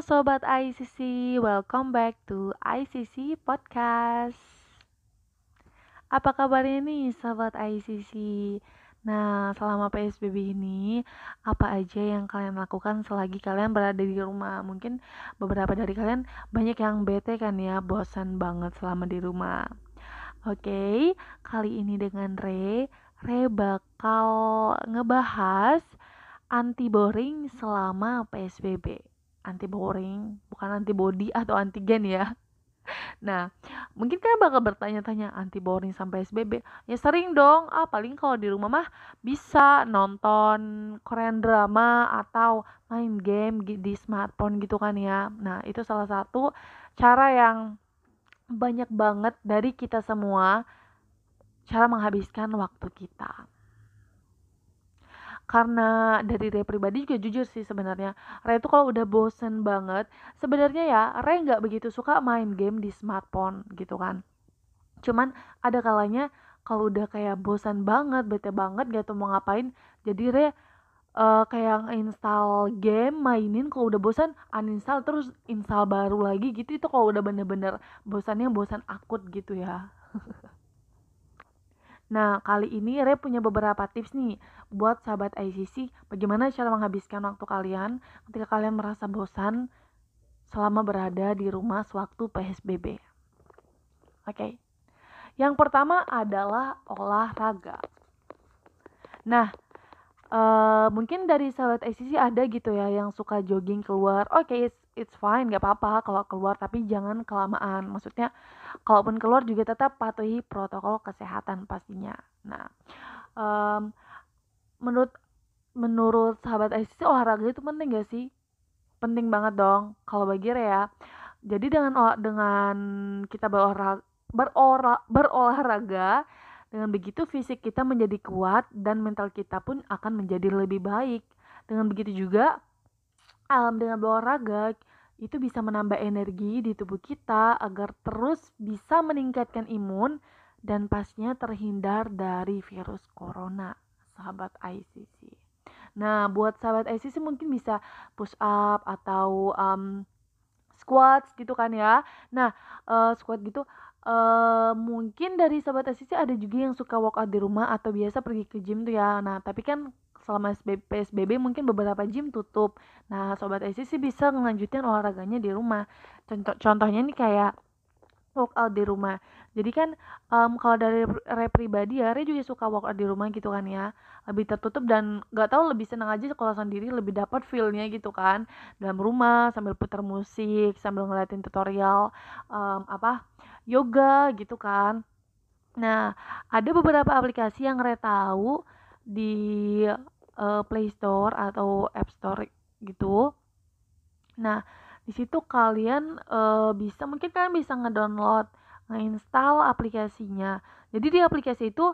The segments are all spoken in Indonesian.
Sobat ICC, welcome back to ICC Podcast. Apa kabarnya nih Sobat ICC? Nah, selama PSBB ini, apa aja yang kalian lakukan selagi kalian berada di rumah? Mungkin beberapa dari kalian banyak yang bete kan ya, bosan banget selama di rumah. Oke, kali ini dengan Re bakal ngebahas anti boring selama PSBB. Anti boring, bukan antibody atau antigen ya. Nah, mungkin kalian bakal bertanya-tanya, anti boring sampai PSBB. Ya sering dong. Paling kalau di rumah mah bisa nonton Korean drama atau main game di smartphone gitu kan ya. Nah, itu salah satu cara yang banyak banget dari kita semua cara menghabiskan waktu kita. Karena dari Ray pribadi juga jujur sih sebenarnya, Ray itu kalau udah bosen banget, sebenarnya ya Ray nggak begitu suka main game di smartphone gitu kan. Cuman ada kalanya kalau udah kayak bosan banget, bete banget, gak tau mau ngapain, jadi Ray kayak install game, mainin, kalau udah bosan uninstall terus install baru lagi gitu. Itu kalau udah bener-bener bosannya bosan akut gitu ya. Nah, kali ini Re punya beberapa tips nih buat sahabat ICC, bagaimana cara menghabiskan waktu kalian ketika kalian merasa bosan selama berada di rumah sewaktu PSBB. Oke. Yang pertama adalah olahraga. Nah, mungkin dari sahabat ICC ada gitu ya yang suka jogging keluar. Oke, it's fine, gak apa-apa kalau keluar, tapi jangan kelamaan. Maksudnya, kalaupun keluar juga tetap patuhi protokol kesehatan pastinya. Nah, um, menurut menurut sahabat ICC olahraga itu penting gak sih? Penting banget dong kalau bagi Rea. Jadi dengan kita berolahraga, dengan begitu fisik kita menjadi kuat dan mental kita pun akan menjadi lebih baik. Dengan begitu juga dengan berolahraga itu bisa menambah energi di tubuh kita agar terus bisa meningkatkan imun dan pastinya terhindar dari virus corona, sahabat ICC. Nah, buat sahabat ICC mungkin bisa push up atau squats gitu kan ya. Nah, squat gitu, mungkin dari sahabat ICC ada juga yang suka workout di rumah atau biasa pergi ke gym tuh ya. Nah, tapi kan selama PSBB mungkin beberapa gym tutup. Nah, sobat ICC bisa ngelanjutin olahraganya di rumah. Contohnya nih kayak workout di rumah. Jadi kan kalau dari Re pribadi ya, Re juga suka workout di rumah gitu kan ya. Lebih tertutup dan gak tahu lebih senang aja kalau sendiri, lebih dapat feel-nya gitu kan. Dalam rumah sambil putar musik, sambil ngeliatin tutorial yoga gitu kan. Nah, ada beberapa aplikasi yang Re tahu di Play Store atau App Store gitu. Nah, di situ kalian bisa, mungkin kalian bisa ngedownload, ngeinstall aplikasinya. Jadi di aplikasi itu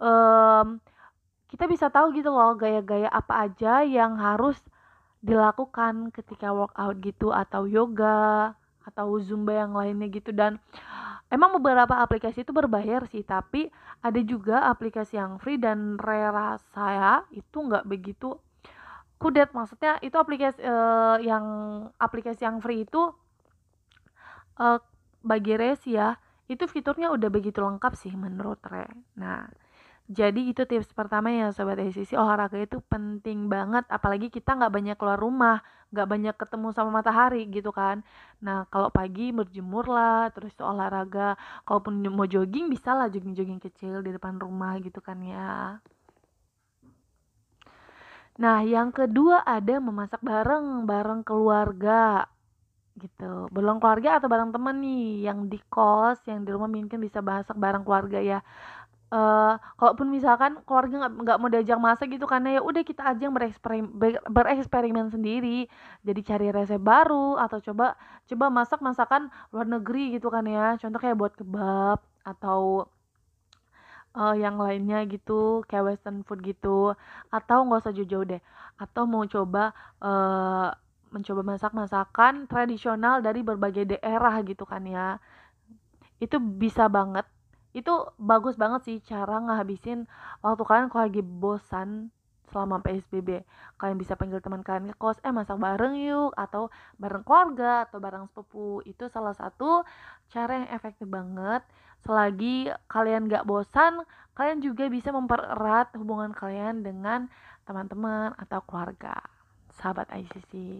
kita bisa tahu gitu loh gaya-gaya apa aja yang harus dilakukan ketika workout gitu atau yoga atau zumba yang lainnya gitu. Dan emang beberapa aplikasi itu berbayar sih, tapi ada juga aplikasi yang free dan rasa ya itu nggak begitu kudet. Maksudnya itu aplikasi yang free itu uh, bagi Res ya, itu fiturnya udah begitu lengkap sih menurut Re. Nah, jadi itu tips pertama ya sobat SCC, olahraga itu penting banget, apalagi kita nggak banyak keluar rumah, nggak banyak ketemu sama matahari gitu kan. Nah, kalau pagi berjemur lah, terus itu olahraga, kalaupun mau jogging bisa lah, jogging-jogging kecil di depan rumah gitu kan ya. Nah, yang kedua ada memasak bareng keluarga gitu. Belum keluarga atau bareng temen nih, yang di kos, yang di rumah mungkin bisa masak bareng keluarga ya. Kalaupun misalkan keluarga nggak mau diajak masak gitu, karena ya udah kita aja yang bereksperimen sendiri. Jadi cari resep baru atau coba coba masak masakan luar negeri gitu kan ya. Contoh kayak buat kebab atau yang lainnya gitu, kayak western food gitu. Atau nggak usah jauh-jauh deh, atau mau coba mencoba masak masakan tradisional dari berbagai daerah gitu kan ya. Itu bisa banget, itu bagus banget sih cara ngehabisin waktu kalian kalau lagi bosan selama PSBB. Kalian bisa panggil teman kalian ke kos, masak bareng yuk, atau bareng keluarga, atau bareng sepupu. Itu salah satu cara yang efektif banget. Selagi kalian gak bosan, kalian juga bisa mempererat hubungan kalian dengan teman-teman atau keluarga, sahabat ICC.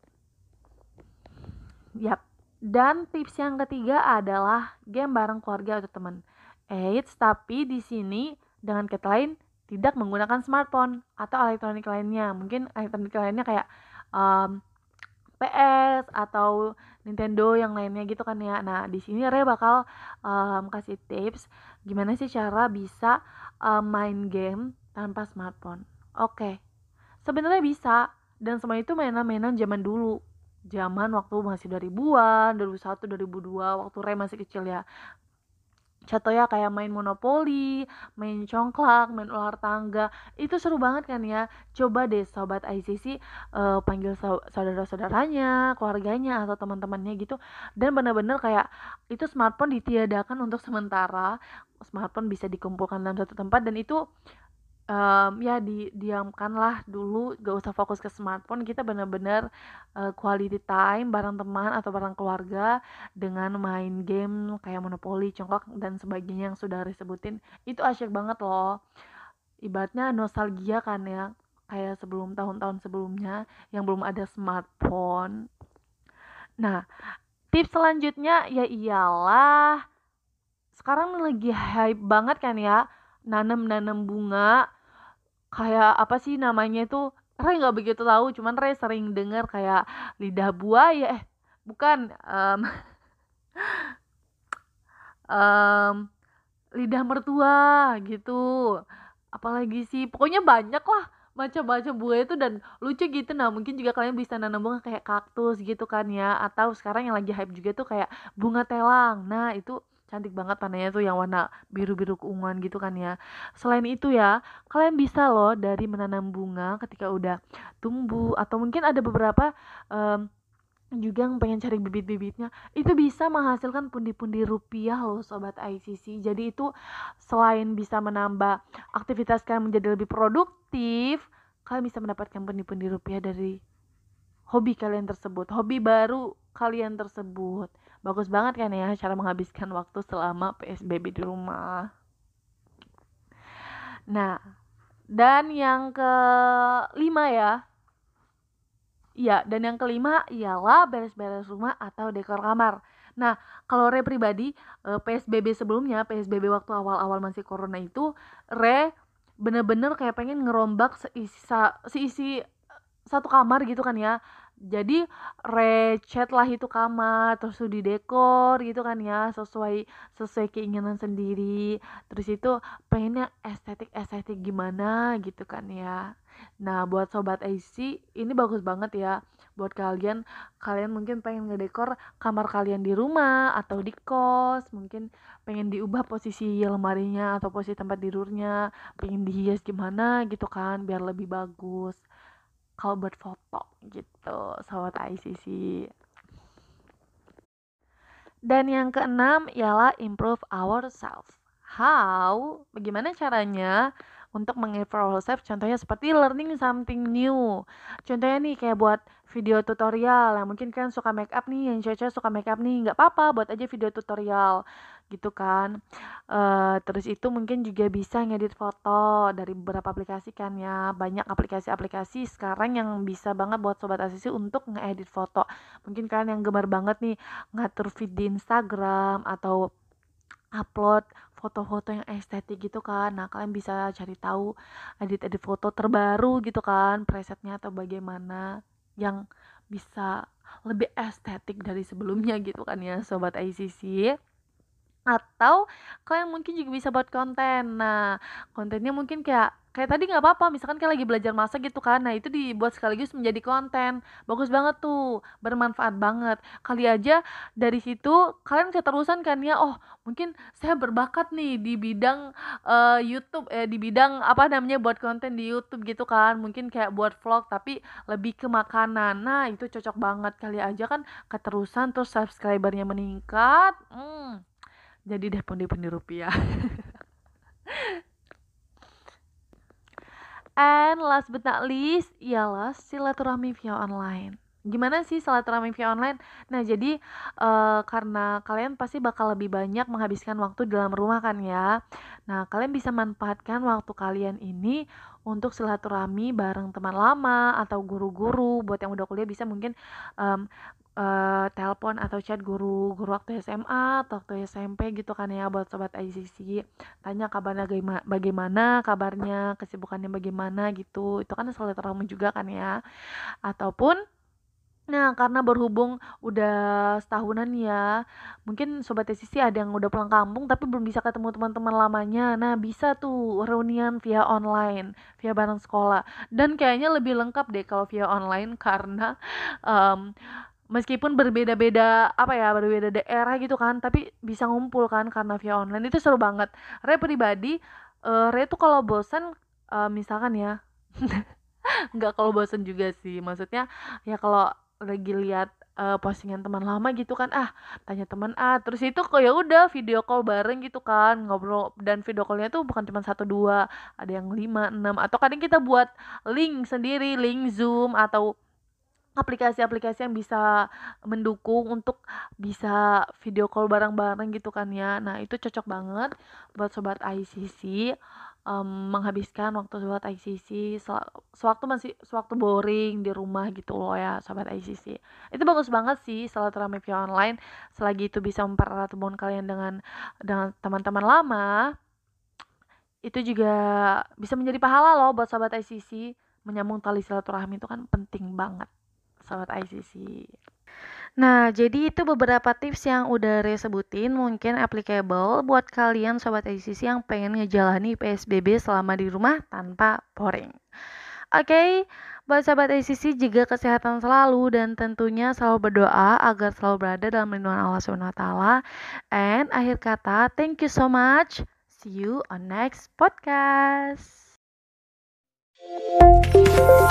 Yap. Dan tips yang ketiga adalah game bareng keluarga atau teman. Tapi di sini dengan kata lain tidak menggunakan smartphone atau elektronik lainnya. Mungkin elektronik lainnya kayak PS atau Nintendo yang lainnya gitu kan ya. Nah, di sini Re bakal kasih tips gimana sih cara bisa main game tanpa smartphone. Oke. Sebenarnya bisa, dan semua itu mainan-mainan zaman dulu. Zaman waktu masih 2000-an, 2001, 2002, waktu Re masih kecil ya. Contohnya kayak main monopoli, main congklak, main ular tangga. Itu seru banget kan ya. Coba deh sobat ICC panggil saudara-saudaranya, keluarganya atau teman-temannya gitu, dan bener-bener kayak itu smartphone ditiadakan untuk sementara. Smartphone bisa dikumpulkan dalam satu tempat, dan itu ya diamkanlah dulu, gak usah fokus ke smartphone. Kita benar-benar quality time bareng teman atau bareng keluarga dengan main game kayak monopoli, congklak dan sebagainya yang sudah disebutin. Itu asyik banget loh, ibaratnya nostalgia kan ya, kayak sebelum tahun-tahun sebelumnya yang belum ada smartphone. Nah, tips selanjutnya ya iyalah, sekarang lagi hype banget kan ya nanam bunga. Kayak apa sih namanya itu, Ray nggak begitu tahu, cuman Ray sering dengar kayak lidah buaya, bukan, lidah mertua gitu. Apalagi sih, pokoknya banyak lah macam-macam bunga itu dan lucu gitu. Nah, mungkin juga kalian bisa nanam bunga kayak kaktus gitu kan ya, atau sekarang yang lagi hype juga tuh kayak bunga telang. Nah, itu cantik banget warnanya tuh, yang warna biru-biru keunguan gitu kan ya. Selain itu ya, kalian bisa loh dari menanam bunga ketika udah tumbuh, atau mungkin ada beberapa juga yang pengen cari bibit-bibitnya, itu bisa menghasilkan pundi-pundi rupiah loh sobat ICC. Jadi itu selain bisa menambah aktivitas kalian menjadi lebih produktif, kalian bisa mendapatkan pundi-pundi rupiah dari hobi kalian tersebut, hobi baru kalian tersebut. Bagus banget kan ya cara menghabiskan waktu selama PSBB di rumah. Nah, dan yang kelima ya. Iya, dan yang kelima ialah beres-beres rumah atau dekor kamar. Nah, kalau Re pribadi, PSBB sebelumnya, PSBB waktu awal-awal masih corona itu, Re bener-bener kayak pengen ngerombak seisi satu kamar gitu kan ya. Jadi recat lah itu kamar, terus di dekor gitu kan ya, sesuai sesuai keinginan sendiri. Terus itu pengennya estetik gimana gitu kan ya. Nah, buat sobat IC ini bagus banget ya buat kalian. Kalian mungkin pengen ngedekor kamar kalian di rumah atau di kos, mungkin pengen diubah posisi lemarinya atau posisi tempat tidurnya, pengen dihias gimana gitu kan biar lebih bagus kalau buat foto gitu sobat ICC. Dan yang keenam ialah improve ourselves. How? Bagaimana caranya untuk mengimprove ourselves? Contohnya seperti learning something new. Contohnya nih kayak buat video tutorial. Yang mungkin kan suka make up nih, yang cewek suka make up nih, nggak apa-apa, buat aja video tutorial gitu kan. Terus itu mungkin juga bisa ngedit foto dari beberapa aplikasi kan ya. Banyak aplikasi-aplikasi sekarang yang bisa banget buat sobat asisi untuk ngedit foto. Mungkin kalian yang gemar banget nih ngatur feed di Instagram atau upload foto-foto yang estetik gitu kan. Nah, kalian bisa cari tahu edit-edit foto terbaru gitu kan, presetnya atau bagaimana yang bisa lebih estetik dari sebelumnya gitu kan ya sobat ICC. Atau kalian mungkin juga bisa buat konten. Nah, kontennya mungkin kayak tadi nggak apa-apa, misalkan kayak lagi belajar masak gitu kan. Nah, itu dibuat sekaligus menjadi konten. Bagus banget tuh, bermanfaat banget. Kali aja dari situ kalian keterusan kan ya. Oh, mungkin saya berbakat nih di bidang YouTube, di bidang apa namanya buat konten di YouTube gitu kan. Mungkin kayak buat vlog tapi lebih ke makanan. Nah, itu cocok banget. Kali aja kan keterusan terus subscribernya meningkat. Jadi deh pundi-pundi rupiah. And last but not least, ialah silaturahmi via online. Gimana sih silaturahmi via online? Nah, jadi karena kalian pasti bakal lebih banyak menghabiskan waktu di dalam rumah kan ya. Nah, kalian bisa manfaatkan waktu kalian ini untuk silaturahmi bareng teman lama atau guru-guru. Buat yang udah kuliah bisa mungkin um, telepon atau chat guru waktu SMA atau waktu SMP gitu kan ya, buat sobat ICC. Tanya kabarnya bagaimana kabarnya, kesibukannya bagaimana gitu. Itu kan silaturahmi juga kan ya. Ataupun nah, karena berhubung udah setahunan ya, mungkin sobat sisi ada yang udah pulang kampung tapi belum bisa ketemu teman-teman lamanya. Nah, bisa tuh reunian via online, via bareng sekolah. Dan kayaknya lebih lengkap deh kalau via online karena um, meskipun berbeda-beda berbeda daerah gitu kan, tapi bisa ngumpul kan karena via online. Itu seru banget. Pribadi, Re tuh kalau bosan, misalkan ya, nggak kalau bosen juga sih, maksudnya ya kalau lagi lihat postingan teman lama gitu kan, tanya teman terus itu kok ya udah video call bareng gitu kan, ngobrol. Dan video callnya tuh bukan cuma satu dua, ada yang 5 6, atau kadang kita buat link sendiri, link Zoom atau aplikasi-aplikasi yang bisa mendukung untuk bisa video call bareng-bareng gitu kan ya. Nah, itu cocok banget buat sobat ICC, menghabiskan waktu sobat ICC sewaktu boring di rumah gitu loh ya sobat ICC. Itu bagus banget sih silaturahmi via online, selagi itu bisa mempererat hubungan kalian dengan teman-teman lama. Itu juga bisa menjadi pahala loh buat sobat ICC. Menyambung tali silaturahmi itu kan penting banget sobat ICC. Nah, jadi itu beberapa tips yang udah Re sebutin, mungkin applicable buat kalian sobat ICC yang pengen ngejalani PSBB selama di rumah tanpa boring. Oke, buat sahabat ICC jaga kesehatan selalu dan tentunya selalu berdoa agar selalu berada dalam lindungan Allah SWT. And akhir kata, thank you so much. See you on next podcast.